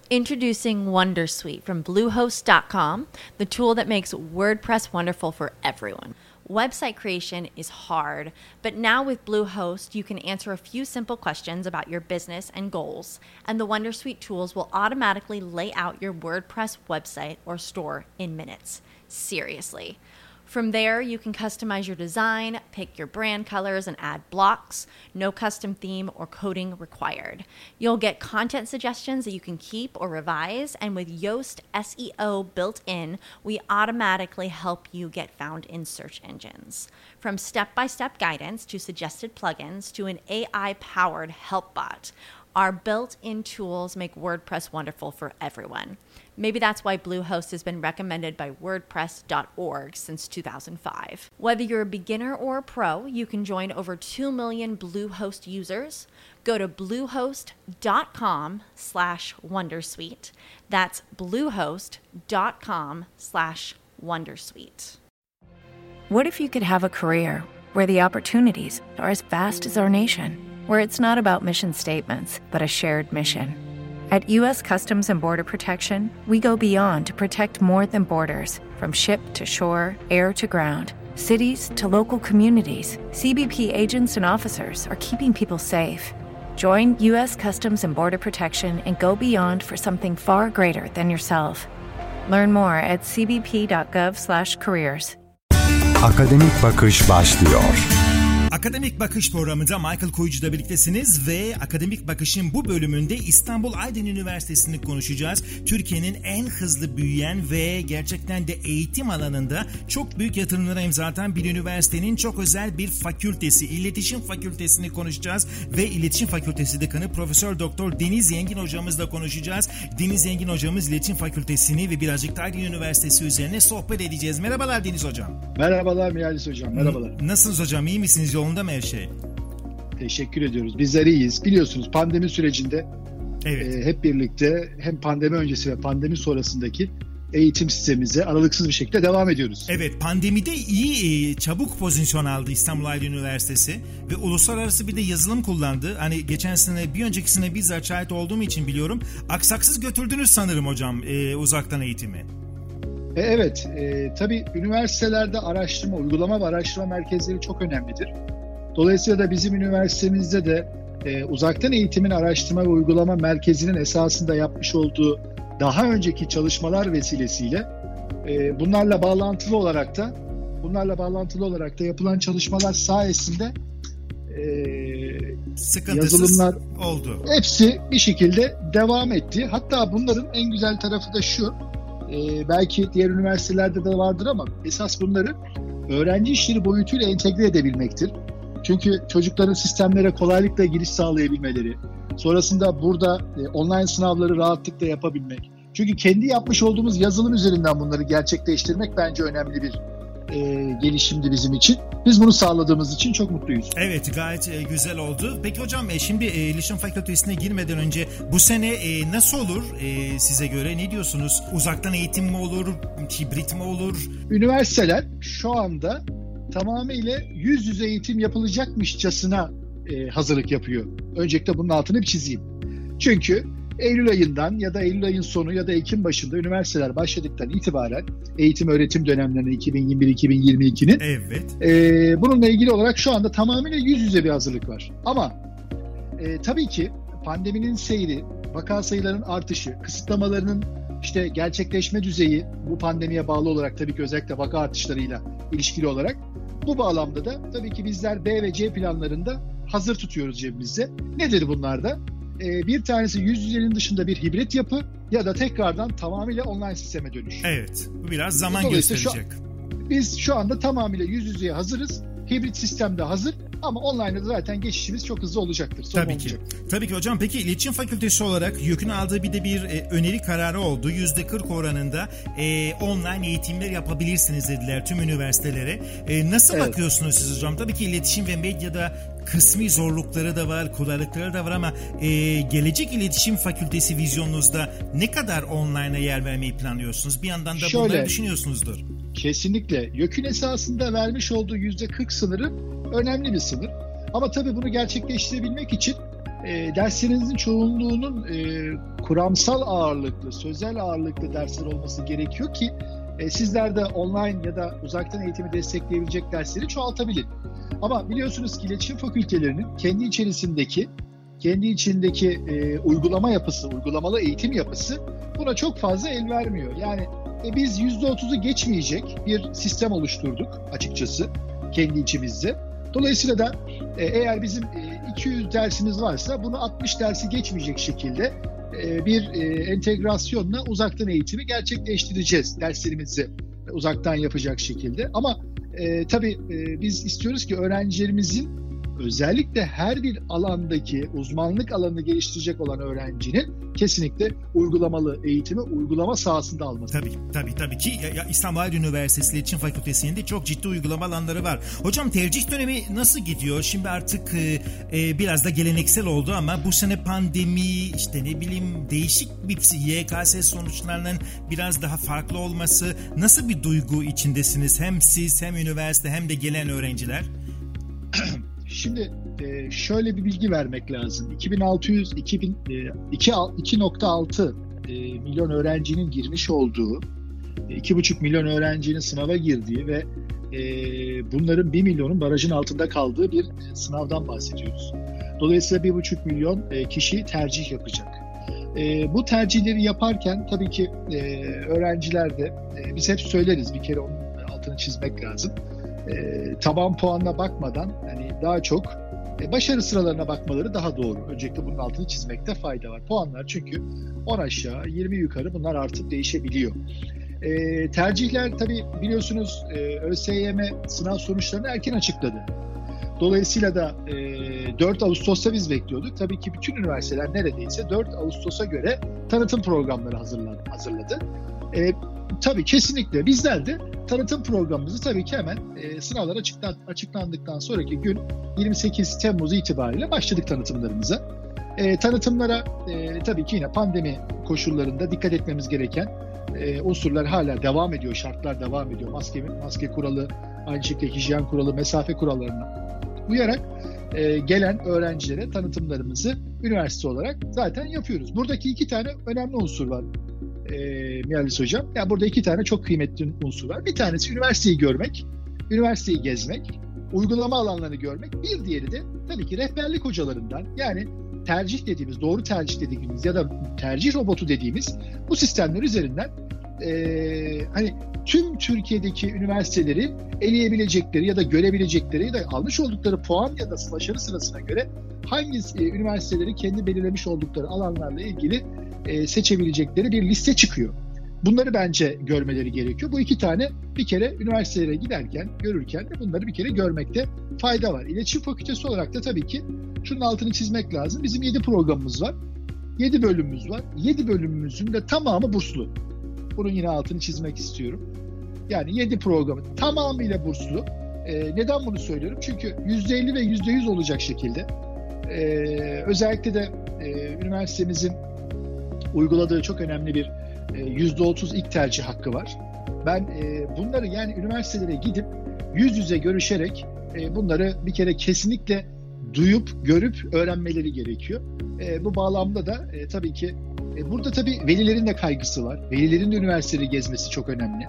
Introducing Wondersuite from Bluehost.com, the tool that makes WordPress wonderful for everyone. Website creation is hard, but now with Bluehost, you can answer a few simple questions about your business and goals, and the Wondersuite tools will automatically lay out your WordPress website or store in minutes. Seriously. From there, you can customize your design, pick your brand colors, and add blocks. No custom theme or coding required. You'll get content suggestions that you can keep or revise, and with Yoast SEO built in, we automatically help you get found in search engines. From step-by-step guidance to suggested plugins to an AI-powered help bot, our built-in tools make WordPress wonderful for everyone. Maybe that's why Bluehost has been recommended by WordPress.org since 2005. Whether you're a beginner or a pro, you can join over 2 million Bluehost users. Go to bluehost.com/wondersuite. That's bluehost.com/wondersuite. What if you could have a career where the opportunities are as vast as our nation, where it's not about mission statements, but a shared mission? At U.S. Customs and Border Protection, we go beyond to protect more than borders. From ship to shore, air to ground, cities to local communities, CBP agents and officers are keeping people safe. Join U.S. Customs and Border Protection and go beyond for something far greater than yourself. Learn more at cbp.gov/careers. Akademik Bakış başlıyor. Akademik Bakış programında Michael Koyucu'da birliktesiniz ve Akademik Bakış'ın bu bölümünde İstanbul Aydın Üniversitesi'ni konuşacağız. Türkiye'nin en hızlı büyüyen ve gerçekten de eğitim alanında çok büyük yatırımlara imza atan bir üniversitenin çok özel bir fakültesi, İletişim Fakültesini konuşacağız ve İletişim Fakültesi Dekanı Profesör Doktor Deniz Yengin hocamızla konuşacağız. Deniz Yengin hocamız İletişim Fakültesini ve birazcık da Aydın Üniversitesi üzerine sohbet edeceğiz. Merhabalar Deniz hocam. Merhabalar Mihalis hocam, merhabalar. Nasılsınız hocam, iyi misiniz? Yolunda mı her şey? Teşekkür ediyoruz. Bizler iyiyiz. Biliyorsunuz pandemi sürecinde hep birlikte hem pandemi öncesi ve pandemi sonrasındaki eğitim sistemimize aralıksız bir şekilde devam ediyoruz. Evet, pandemide iyi, çabuk pozisyon aldı İstanbul Aydın Üniversitesi ve uluslararası bir de yazılım kullandı. Hani geçen sene, bir önceki sene bizzat şahit olduğum için biliyorum. Aksaksız götürdünüz sanırım hocam uzaktan eğitimi. Evet, tabii üniversitelerde araştırma, uygulama ve araştırma merkezleri çok önemlidir. Dolayısıyla da bizim üniversitemizde de uzaktan eğitimin araştırma ve uygulama merkezinin esasında yapmış olduğu daha önceki çalışmalar vesilesiyle bunlarla bağlantılı olarak da yapılan çalışmalar sayesinde yazılımlar oldu. Hepsi bir şekilde devam etti. Hatta bunların en güzel tarafı da şu. Belki diğer üniversitelerde de vardır ama esas bunları öğrenci işleri boyutuyla entegre edebilmektir. Çünkü çocukların sistemlere kolaylıkla giriş sağlayabilmeleri, sonrasında burada online sınavları rahatlıkla yapabilmek. Çünkü kendi yapmış olduğumuz yazılım üzerinden bunları gerçekleştirmek bence önemli bir gelişimdi bizim için. Biz bunu sağladığımız için çok mutluyuz. Evet, gayet güzel oldu. Peki hocam, şimdi İletişim Fakültesi'ne girmeden önce bu sene nasıl olur size göre? Ne diyorsunuz? Uzaktan eğitim mi olur? Hibrit mi olur? Üniversiteler şu anda tamamıyla yüz yüze eğitim yapılacakmışçasına hazırlık yapıyor. Öncelikle bunun altını bir çizeyim. Çünkü Eylül ayından ya da Eylül ayın sonu ya da Ekim başında üniversiteler başladıktan itibaren eğitim öğretim dönemlerine 2021-2022'nin bununla ilgili olarak şu anda tamamıyla yüz yüze bir hazırlık var. Ama tabii ki pandeminin seyri, vaka sayılarının artışı, kısıtlamalarının işte gerçekleşme düzeyi bu pandemiye bağlı olarak tabii ki özellikle vaka artışlarıyla ilişkili olarak bu bağlamda da tabii ki bizler B ve C planlarında hazır tutuyoruz cebimizde. Nedir bunlar da? Bir tanesi yüz yüzenin dışında bir hibrit yapı ya da tekrardan tamamıyla online sisteme dönüş. Evet, bu biraz zaman gösterecek. Biz şu anda tamamıyla yüz yüzeye hazırız. Hibrit sistemde hazır ama online'da zaten geçişimiz çok hızlı olacaktır. Tabii ki. Tabii ki hocam. Peki İletişim Fakültesi olarak YÖK'ün aldığı bir öneri kararı oldu. %40 oranında online eğitimler yapabilirsiniz dediler tüm üniversitelere. Nasıl bakıyorsunuz siz hocam? Tabii ki iletişim ve medyada kısmi zorlukları da var, kolaylıkları da var ama gelecek İletişim Fakültesi vizyonunuzda ne kadar online'a yer vermeyi planlıyorsunuz? Bir yandan da bunları düşünüyorsunuzdur. Kesinlikle. YÖK'ün esasında vermiş olduğu %40 sınırı önemli bir sınır. Ama tabii bunu gerçekleştirebilmek için Derslerinizin çoğunluğunun kuramsal ağırlıklı, sözel ağırlıklı dersler olması gerekiyor ki sizler de online ya da uzaktan eğitimi destekleyebilecek dersleri çoğaltabilin. Ama biliyorsunuz ki iletişim fakültelerinin kendi içindeki uygulama yapısı, uygulamalı eğitim yapısı buna çok fazla el vermiyor. Yani biz %30'u geçmeyecek bir sistem oluşturduk açıkçası kendi içimizde. Dolayısıyla da eğer bizim 200 dersimiz varsa bunu 60 dersi geçmeyecek şekilde bir entegrasyonla uzaktan eğitimi gerçekleştireceğiz. Derslerimizi uzaktan yapacak şekilde. Ama tabii biz istiyoruz ki öğrencilerimizin özellikle her bir alandaki uzmanlık alanını geliştirecek olan öğrencinin kesinlikle uygulamalı eğitimi uygulama sahasında alması. Tabii ki İstanbul Aydın Üniversitesi İletişim Fakültesi'nin de çok ciddi uygulama alanları var. Hocam tercih dönemi nasıl gidiyor? Şimdi artık biraz da geleneksel oldu ama bu sene pandemi, işte ne bileyim değişik bir YKS sonuçlarının biraz daha farklı olması, nasıl bir duygu içindesiniz? Hem siz hem üniversite hem de gelen öğrenciler. Şimdi şöyle bir bilgi vermek lazım. 2.6 milyon öğrencinin girmiş olduğu, 2,5 milyon öğrencinin sınava girdiği ve bunların 1 milyonun barajın altında kaldığı bir sınavdan bahsediyoruz. Dolayısıyla 1,5 milyon kişi tercih yapacak. Bu tercihleri yaparken tabii ki öğrenciler de, biz hep söyleriz, bir kere onun altını çizmek lazım. Taban puanına bakmadan yani daha çok başarı sıralarına bakmaları daha doğru. Öncelikle bunun altını çizmekte fayda var. Puanlar çünkü 10 aşağı 20 yukarı bunlar artıp değişebiliyor. Tercihler tabii biliyorsunuz ÖSYM sınav sonuçlarını erken açıkladı. Dolayısıyla da 4 Ağustos'ta biz bekliyorduk. Tabii ki bütün üniversiteler neredeyse 4 Ağustos'a göre tanıtım programları hazırladı. Tabii kesinlikle bizler de tanıtım programımızı tabii ki hemen sınavlar açıklandıktan sonraki gün 28 Temmuz itibariyle başladık tanıtımlarımıza. Tanıtımlara tabii ki yine pandemi koşullarında dikkat etmemiz gereken unsurlar hala devam ediyor, şartlar devam ediyor. Maske kuralı, aynı şekilde hijyen kuralı, mesafe kurallarına uyarak gelen öğrencilere tanıtımlarımızı üniversite olarak zaten yapıyoruz. Buradaki 2 tane önemli unsur var. Mihalis Hocam. Yani burada 2 tane çok kıymetli unsur var. Bir tanesi üniversiteyi görmek, üniversiteyi gezmek, uygulama alanlarını görmek. Bir diğeri de tabii ki rehberlik hocalarından, yani tercih dediğimiz, doğru tercih dediğimiz ya da tercih robotu dediğimiz bu sistemler üzerinden hani tüm Türkiye'deki üniversiteleri eleyebilecekleri ya da görebilecekleri ya da almış oldukları puan ya da başarı sırasına göre hangi üniversiteleri kendi belirlemiş oldukları alanlarla ilgili seçebilecekleri bir liste çıkıyor. Bunları bence görmeleri gerekiyor. Bu 2 tane bir kere üniversitelere giderken, görürken de bunları bir kere görmekte fayda var. İletişim Fakültesi olarak da tabii ki şunun altını çizmek lazım. Bizim 7 programımız var. 7 bölümümüz var. 7 bölümümüzün de tamamı burslu. Bunun yine altını çizmek istiyorum. Yani 7 programı tamamıyla burslu. Neden bunu söylüyorum? Çünkü %50 ve %100 olacak şekilde özellikle de üniversitemizin uyguladığı çok önemli bir %30 ilk tercih hakkı var. Ben bunları yani üniversitelere gidip yüz yüze görüşerek bunları bir kere kesinlikle duyup, görüp öğrenmeleri gerekiyor. Bu bağlamda da tabii ki burada tabii velilerin de kaygısı var. Velilerin de üniversiteleri gezmesi çok önemli.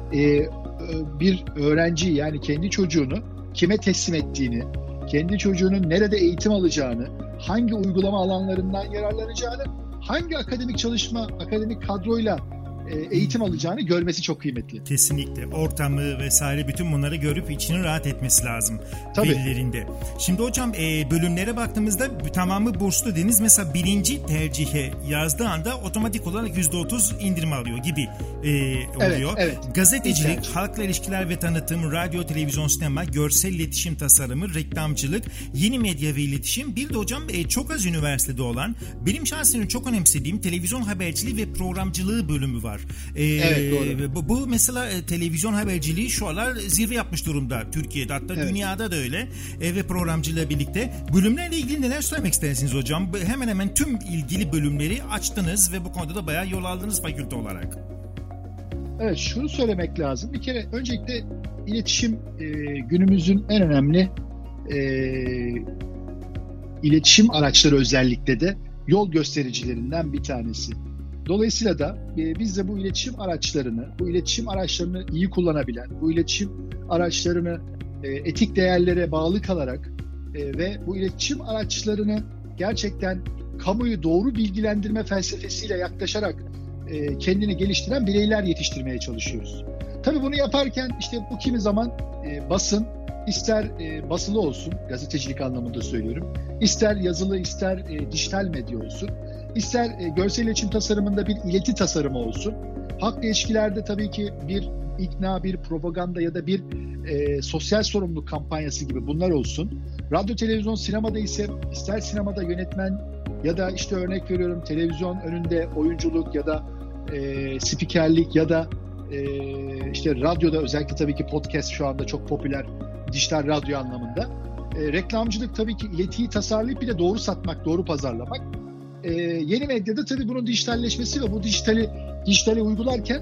Bir öğrenci yani kendi çocuğunu kime teslim ettiğini, kendi çocuğunun nerede eğitim alacağını, hangi uygulama alanlarından yararlanacağını, hangi akademik çalışma, akademik kadroyla eğitim alacağını görmesi çok kıymetli. Kesinlikle. Ortamı vesaire bütün bunları görüp içinin rahat etmesi lazım Tabii. Velilerinde. Şimdi hocam bölümlere baktığımızda tamamı burslu deniz. Mesela birinci tercihe yazdığı anda otomatik olarak %30 indirim alıyor gibi oluyor. Evet. Gazetecilik, halkla ilişkiler ve tanıtım, radyo, televizyon, sinema, görsel iletişim tasarımı, reklamcılık, yeni medya ve iletişim. Bir de hocam çok az üniversitede olan, benim şahsen çok önemsediğim televizyon haberciliği ve programcılığı bölümü var. Evet, doğru. Bu mesela televizyon haberciliği şu aralar zirve yapmış durumda Türkiye'de, hatta dünyada da öyle ve programcılığı birlikte. Bölümlerle ilgili neler söylemek istersiniz hocam? Hemen hemen tüm ilgili bölümleri açtınız ve bu konuda da bayağı yol aldınız fakülte olarak. Evet, şunu söylemek lazım. Bir kere öncelikle iletişim günümüzün en önemli iletişim araçları özellikle de yol göstericilerinden bir tanesi. Dolayısıyla da biz de bu iletişim araçlarını iyi kullanabilen, bu iletişim araçlarını etik değerlere bağlı kalarak ve bu iletişim araçlarını gerçekten kamuyu doğru bilgilendirme felsefesiyle yaklaşarak kendini geliştiren bireyler yetiştirmeye çalışıyoruz. Tabii bunu yaparken işte bu kimi zaman basın, ister basılı olsun, gazetecilik anlamında söylüyorum, ister yazılı, ister dijital medya olsun, ister görsel iletişim tasarımında bir ileti tasarımı olsun, halkla ilişkilerde tabii ki bir ikna, bir propaganda ya da bir sosyal sorumluluk kampanyası gibi bunlar olsun. Radyo, televizyon, sinemada ise ister sinemada yönetmen ya da işte örnek veriyorum televizyon önünde oyunculuk ya da spikerlik ya da işte radyoda özellikle tabii ki podcast şu anda çok popüler dijital radyo anlamında. Reklamcılık tabii ki iletiyi tasarlayıp bir de doğru satmak, doğru pazarlamak. Yeni medyada tabii bunun dijitalleşmesi ve bu dijitali uygularken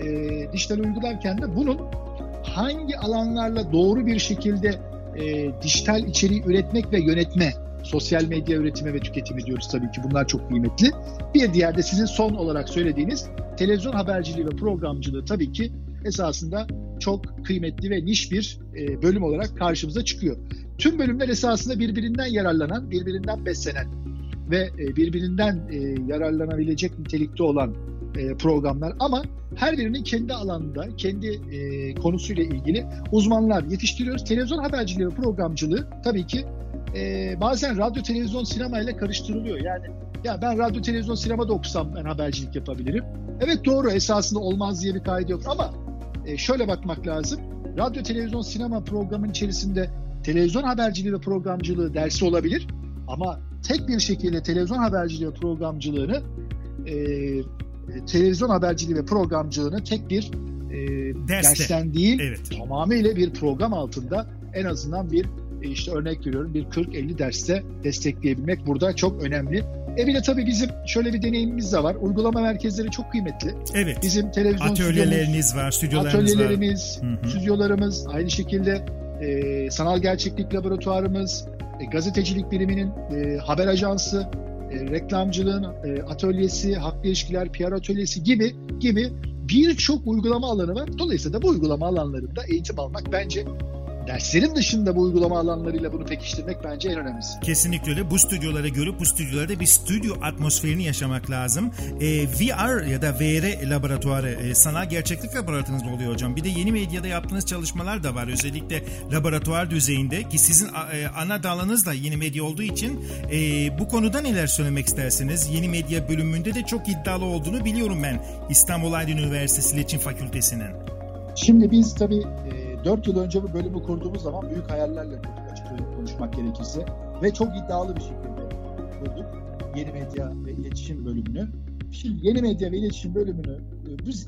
de bunun hangi alanlarla doğru bir şekilde dijital içeriği üretmek ve yönetme, sosyal medya üretimi ve tüketimi diyoruz tabii ki, bunlar çok kıymetli. Bir diğer de sizin son olarak söylediğiniz televizyon haberciliği ve programcılığı tabii ki esasında çok kıymetli ve niş bir bölüm olarak karşımıza çıkıyor. Tüm bölümler esasında birbirinden yararlanan, birbirinden beslenen ve birbirinden yararlanabilecek nitelikte olan programlar ama her birinin kendi alanında, kendi konusuyla ilgili uzmanlar yetiştiriyoruz. Televizyon haberciliği ve programcılığı tabii ki bazen radyo, televizyon, sinema ile karıştırılıyor. Yani ya ben radyo, televizyon, sinemada okusam ben habercilik yapabilirim. Evet doğru, esasında olmaz diye bir kaide yok ama şöyle bakmak lazım. Radyo, televizyon, sinema programının içerisinde televizyon haberciliği ve programcılığı dersi olabilir ama tek bir şekilde televizyon haberciliği ve programcılığını tek bir dersten değil, evet, tamamıyla bir program altında en azından bir işte örnek veriyorum bir 40-50 derste destekleyebilmek burada çok önemli. Bir de tabii bizim şöyle bir deneyimimiz de var. Uygulama merkezleri çok kıymetli. Evet. Bizim televizyon atölyeleriniz var, stüdyolarımız, aynı şekilde sanal gerçeklik laboratuvarımız, gazetecilik biriminin haber ajansı, reklamcılığın atölyesi, halkla ilişkiler, PR atölyesi gibi birçok uygulama alanı var. Dolayısıyla da bu uygulama alanlarında eğitim almak bence, derslerin dışında bu uygulama alanlarıyla bunu pekiştirmek bence en önemlisi. Kesinlikle öyle. Bu stüdyoları görüp bu stüdyolarda bir stüdyo atmosferini yaşamak lazım. VR ya da VR laboratuvarı, sanal gerçeklik laboratuvarınız oluyor hocam. Bir de yeni medyada yaptığınız çalışmalar da var. Özellikle laboratuvar düzeyinde ki sizin ana dalınız da yeni medya olduğu için bu konuda neler söylemek istersiniz? Yeni medya bölümünde de çok iddialı olduğunu biliyorum ben. İstanbul Aydın Üniversitesi İletişim Fakültesi'nin. Şimdi biz tabii 4 yıl önce bu bölümü kurduğumuz zaman büyük hayallerle kurduk, açıkça konuşmak gerekirse. Ve çok iddialı bir şekilde kurduk yeni medya ve iletişim bölümünü. Şimdi yeni medya ve iletişim bölümünü biz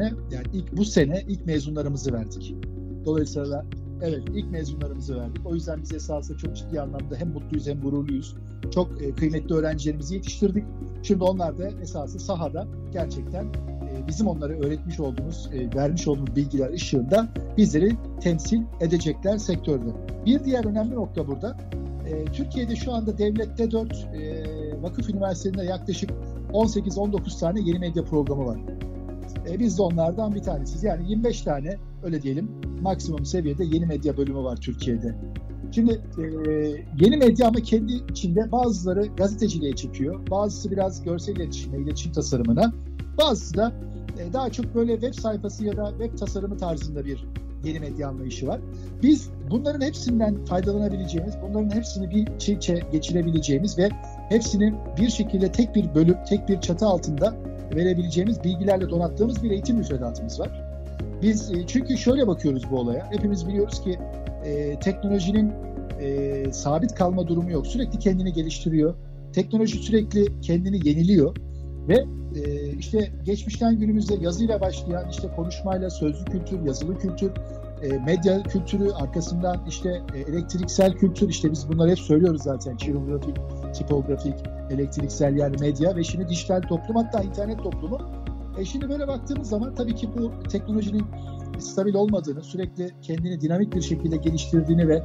bu sene ilk mezunlarımızı verdik. Dolayısıyla evet, ilk mezunlarımızı verdik. O yüzden biz esasında çok ciddi anlamda hem mutluyuz hem gururluyuz. Çok kıymetli öğrencilerimizi yetiştirdik. Şimdi onlar da esasında sahada gerçekten bizim onlara öğretmiş olduğumuz, vermiş olduğumuz bilgiler ışığında bizleri temsil edecekler sektörde. Bir diğer önemli nokta burada, Türkiye'de şu anda devlette 4, vakıf üniversitelerinde yaklaşık 18-19 tane yeni medya programı var. Biz de onlardan bir tanesiyiz. Yani 25 tane, öyle diyelim, maksimum seviyede yeni medya bölümü var Türkiye'de. Şimdi yeni medya ama kendi içinde bazıları gazeteciliğe çekiyor, bazısı biraz görsel iletişime, iletişim tasarımına, bazısı da daha çok böyle web sayfası ya da web tasarımı tarzında bir yeni medya anlayışı var. Biz bunların hepsinden faydalanabileceğimiz, bunların hepsini bir çiğçe geçirebileceğimiz ve hepsini bir şekilde tek bir bölüm, tek bir çatı altında verebileceğimiz bilgilerle donattığımız bir eğitim müfredatımız var. Biz çünkü şöyle bakıyoruz bu olaya. Hepimiz biliyoruz ki teknolojinin sabit kalma durumu yok. Sürekli kendini geliştiriyor. Teknoloji sürekli kendini yeniliyor ve işte geçmişten günümüzde yazıyla başlayan işte konuşmayla sözlü kültür, yazılı kültür, medya kültürü, arkasından işte elektriksel kültür, işte biz bunları hep söylüyoruz zaten, çirografik, tipografik, elektriksel yani medya ve şimdi dijital toplum, hatta internet toplumu. Şimdi böyle baktığımız zaman tabii ki bu teknolojinin stabil olmadığını, sürekli kendini dinamik bir şekilde geliştirdiğini ve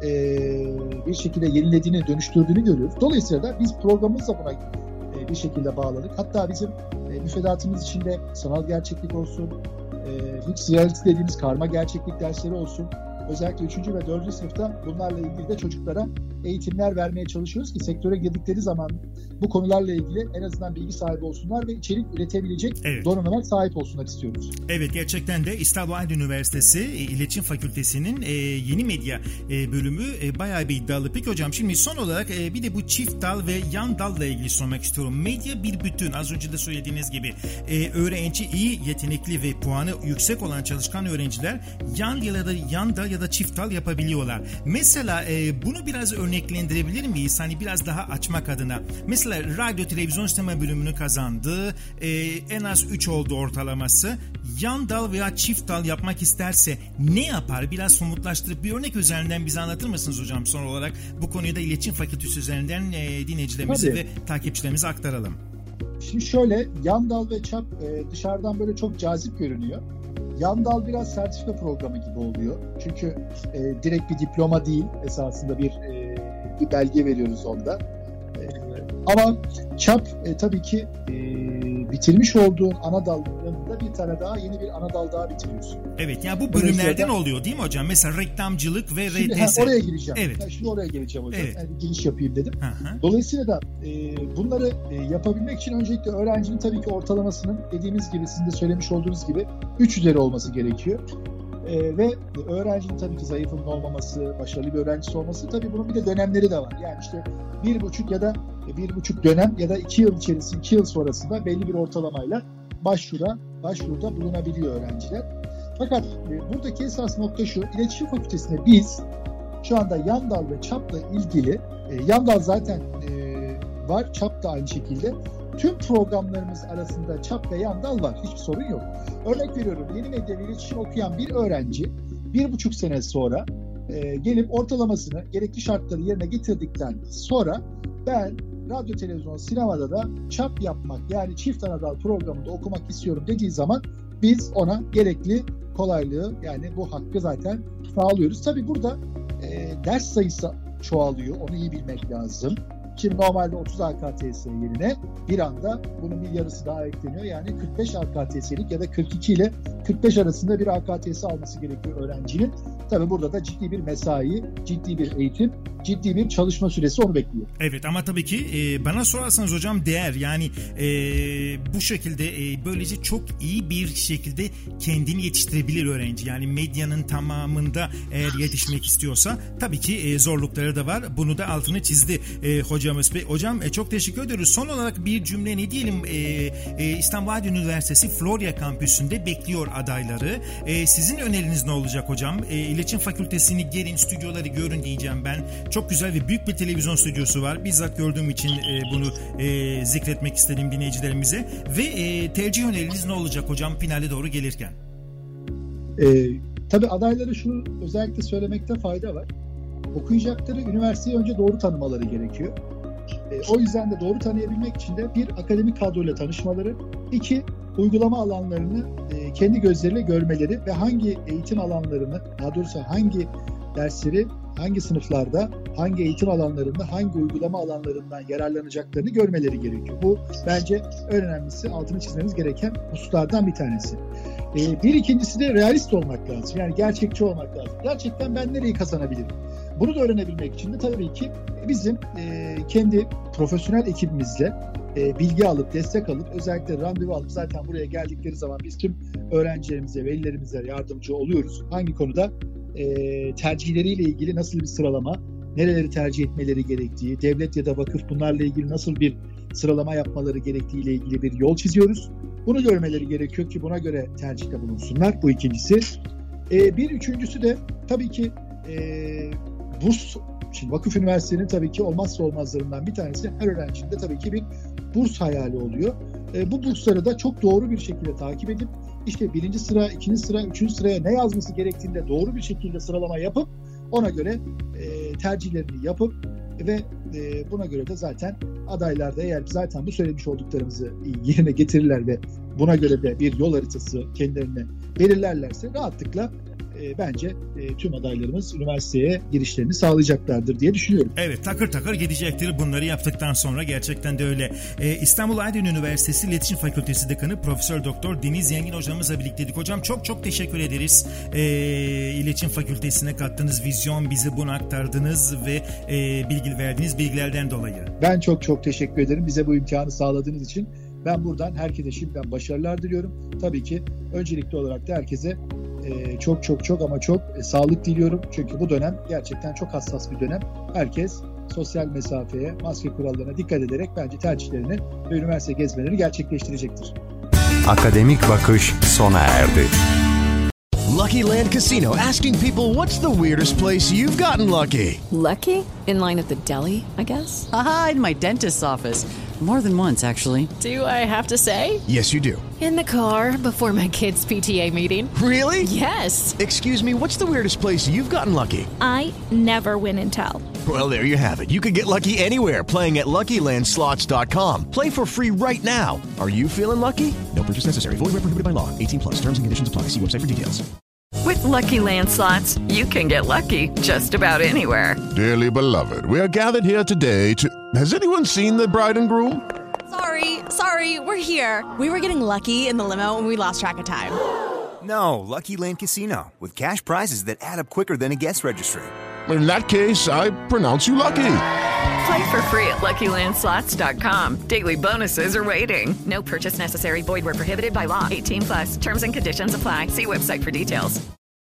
bir şekilde yenilediğini, dönüştürdüğünü görüyoruz. Dolayısıyla da biz programımızla buna bir şekilde bağladık. Hatta bizim müfredatımız içinde sanal gerçeklik olsun, mixed reality dediğimiz karma gerçeklik dersleri olsun. Özellikle 3. ve 4. sınıfta bunlarla ilgili de çocuklara eğitimler vermeye çalışıyoruz ki sektöre girdikleri zaman bu konularla ilgili en azından bilgi sahibi olsunlar ve içerik üretebilecek donanıma sahip olsunlar istiyoruz. Evet, gerçekten de İstanbul Aydın Üniversitesi İletişim Fakültesi'nin yeni medya bölümü bayağı bir iddialı. Peki hocam, şimdi son olarak bir de bu çift dal ve yan dalla ilgili sormak istiyorum. Medya bir bütün, az önce de söylediğiniz gibi öğrenci iyi, yetenekli ve puanı yüksek olan çalışkan öğrenciler yan dal ya da çift dal yapabiliyorlar. Mesela bunu biraz örneklendirebilir miyiz? Hani biraz daha açmak adına. Mesela radyo televizyon sinema bölümünü kazandı. En az 3 oldu ortalaması. Yan dal veya çift dal yapmak isterse ne yapar? Biraz somutlaştırıp bir örnek üzerinden bize anlatır mısınız hocam? Son olarak bu konuyu da İletişim Fakültesi üzerinden dinleyicilerimize ve takipçilerimize aktaralım. Şimdi şöyle, yan dal ve çap dışarıdan böyle çok cazip görünüyor. Yan dal biraz sertifika programı gibi oluyor. Çünkü direkt bir diploma değil, esasında bir belge veriyoruz onda. Ama çap tabii ki bitirmiş olduğun ana dalın yanında bir tane daha, yeni bir ana dal daha bitiriyorsun. Evet, yani bu bölümlerden oluyor değil mi hocam? Mesela reklamcılık ve RTS. Oraya gireceğim. Evet. Şimdi oraya geleceğim hocam. Evet. Yani giriş yapayım dedim. Hı-hı. Dolayısıyla da bunları yapabilmek için öncelikle öğrencinin tabii ki ortalamasının dediğimiz gibi, sizin de söylemiş olduğunuz gibi 3 üzeri olması gerekiyor. Ve öğrencinin tabii ki zayıfının olmaması, başarılı bir öğrencisi olması, tabii bunun bir de dönemleri de var. Yani işte 1,5 ya da 1,5 dönem ya da 2 yıl içerisinde, 2 yıl sonrasında belli bir ortalamayla başvuruda bulunabiliyor öğrenciler. Fakat buradaki esas nokta şu: İletişim Fakültesi'nde biz şu anda yan dal ve çapla ilgili, yan dal zaten var, çap da aynı şekilde. Tüm programlarımız arasında çap ve yan dal var. Hiçbir sorun yok. Örnek veriyorum, yeni medya ve iletişim okuyan bir öğrenci 1,5 sene sonra gelip ortalamasını, gerekli şartları yerine getirdikten sonra ben radyo, televizyon, sinemada da çap yapmak, yani çift ana dal programında okumak istiyorum dediği zaman biz ona gerekli kolaylığı, yani bu hakkı zaten sağlıyoruz. Tabii burada ders sayısı çoğalıyor. Onu iyi bilmek lazım. Şimdi normalde 30 AKTS yerine bir anda bunun bir yarısı daha ekleniyor. Yani 45 AKTS'lik ya da 42 ile 45 arasında bir AKTS alması gerekiyor öğrencinin. Tabii burada da ciddi bir mesai, ciddi bir eğitim, ciddi bir çalışma süresi onu bekliyor. Evet, ama tabii ki bana sorarsanız hocam değer. Yani bu şekilde böylece çok iyi bir şekilde kendini yetiştirebilir öğrenci. Yani medyanın tamamında eğer yetişmek istiyorsa tabii ki zorlukları da var. Bunu da altını çizdi hocamız. Hocam çok teşekkür ediyoruz. Son olarak bir cümle ne diyelim, İstanbul Aydın Üniversitesi Florya kampüsünde bekliyor adayları. Sizin öneriniz ne olacak hocam? İletişim Fakültesini gelin, stüdyoları görün diyeceğim ben. Çok güzel ve büyük bir televizyon stüdyosu var. Bizzat gördüğüm için bunu zikretmek istedim dinleyicilerimize. Ve tercih öneriniz ne olacak hocam finale doğru gelirken? Tabii adaylara şunu özellikle söylemekte fayda var. Okuyacakları üniversiteyi önce doğru tanımaları gerekiyor. O yüzden de doğru tanıyabilmek için de bir, akademik kadroyla tanışmaları, 2, uygulama alanlarını kendi gözleriyle görmeleri ve hangi eğitim alanlarını, daha doğrusu hangi dersleri, hangi sınıflarda, hangi eğitim alanlarında, hangi uygulama alanlarından yararlanacaklarını görmeleri gerekiyor. Bu bence en önemlisi, altını çizmemiz gereken hususlardan bir tanesi. Bir ikincisi de realist olmak lazım. Yani gerçekçi olmak lazım. Gerçekten ben nereyi kazanabilirim? Bunu da öğrenebilmek için de tabii ki bizim kendi profesyonel ekibimizle bilgi alıp, destek alıp, özellikle randevu alıp zaten buraya geldikleri zaman biz tüm öğrencilerimize, velilerimize yardımcı oluyoruz. Hangi konuda tercihleriyle ilgili nasıl bir sıralama, nereleri tercih etmeleri gerektiği, devlet ya da vakıf bunlarla ilgili nasıl bir sıralama yapmaları gerektiğiyle ilgili bir yol çiziyoruz. Bunu görmeleri gerekiyor ki buna göre tercihte bulunsunlar. Bu ikincisi. Bir üçüncüsü de tabii ki burs. Şimdi vakıf üniversitenin tabii ki olmazsa olmazlarından bir tanesi, her öğrencinin de tabii ki bir burs hayali oluyor. Bu bursları da çok doğru bir şekilde takip edip işte 1. sıra, 2. sıra, 3. sıraya ne yazması gerektiğinde doğru bir şekilde sıralama yapıp ona göre tercihlerini yapıp ve buna göre de zaten adaylar da eğer zaten bu söylemiş olduklarımızı yerine getirirler ve buna göre de bir yol haritası kendilerine belirlerlerse rahatlıkla bence tüm adaylarımız üniversiteye girişlerini sağlayacaklardır diye düşünüyorum. Evet, takır takır gidecektir bunları yaptıktan sonra, gerçekten de öyle. İstanbul Aydın Üniversitesi İletişim Fakültesi Dekanı Profesör Doktor Deniz Yengin hocamızla birlikteydik. Hocam çok teşekkür ederiz. İletişim Fakültesine kattığınız vizyon, bize bunu aktardınız ve bilgi verdiğiniz bilgilerden dolayı. Ben çok teşekkür ederim bize bu imkanı sağladığınız için. Ben buradan herkese şimdiden başarılar diliyorum. Tabii ki öncelikli olarak da herkese çok sağlık diliyorum. Çünkü bu dönem gerçekten çok hassas bir dönem. Herkes sosyal mesafeye, maske kurallarına dikkat ederek bence tercihlerini ve üniversite gezmelerini gerçekleştirecektir. Akademik Bakış sona erdi. Lucky Land Casino, asking people, what's the weirdest place you've gotten lucky? Lucky? In line at the deli, I guess? Aha, in my dentist's office. More than once, actually. Do I have to say? Yes, you do. In the car before my kids' PTA meeting. Really? Yes. Excuse me, what's the weirdest place you've gotten lucky? I never win and tell. Well, there you have it. You can get lucky anywhere, playing at LuckyLandSlots.com. Play for free right now. Are you feeling lucky? No purchase necessary. Void where prohibited by law. 18+. Terms and conditions apply. See website for details. With Lucky Land Slots, you can get lucky just about anywhere. Dearly beloved, we are gathered here today to... Has anyone seen the bride and groom? Sorry, we're here. We were getting lucky in the limo and we lost track of time. No, Lucky Land Casino, with cash prizes that add up quicker than a guest registry. In that case, I pronounce you lucky. Play for free at LuckyLandSlots.com. Daily bonuses are waiting. No purchase necessary. Void where prohibited by law. 18+. Terms and conditions apply. See website for details.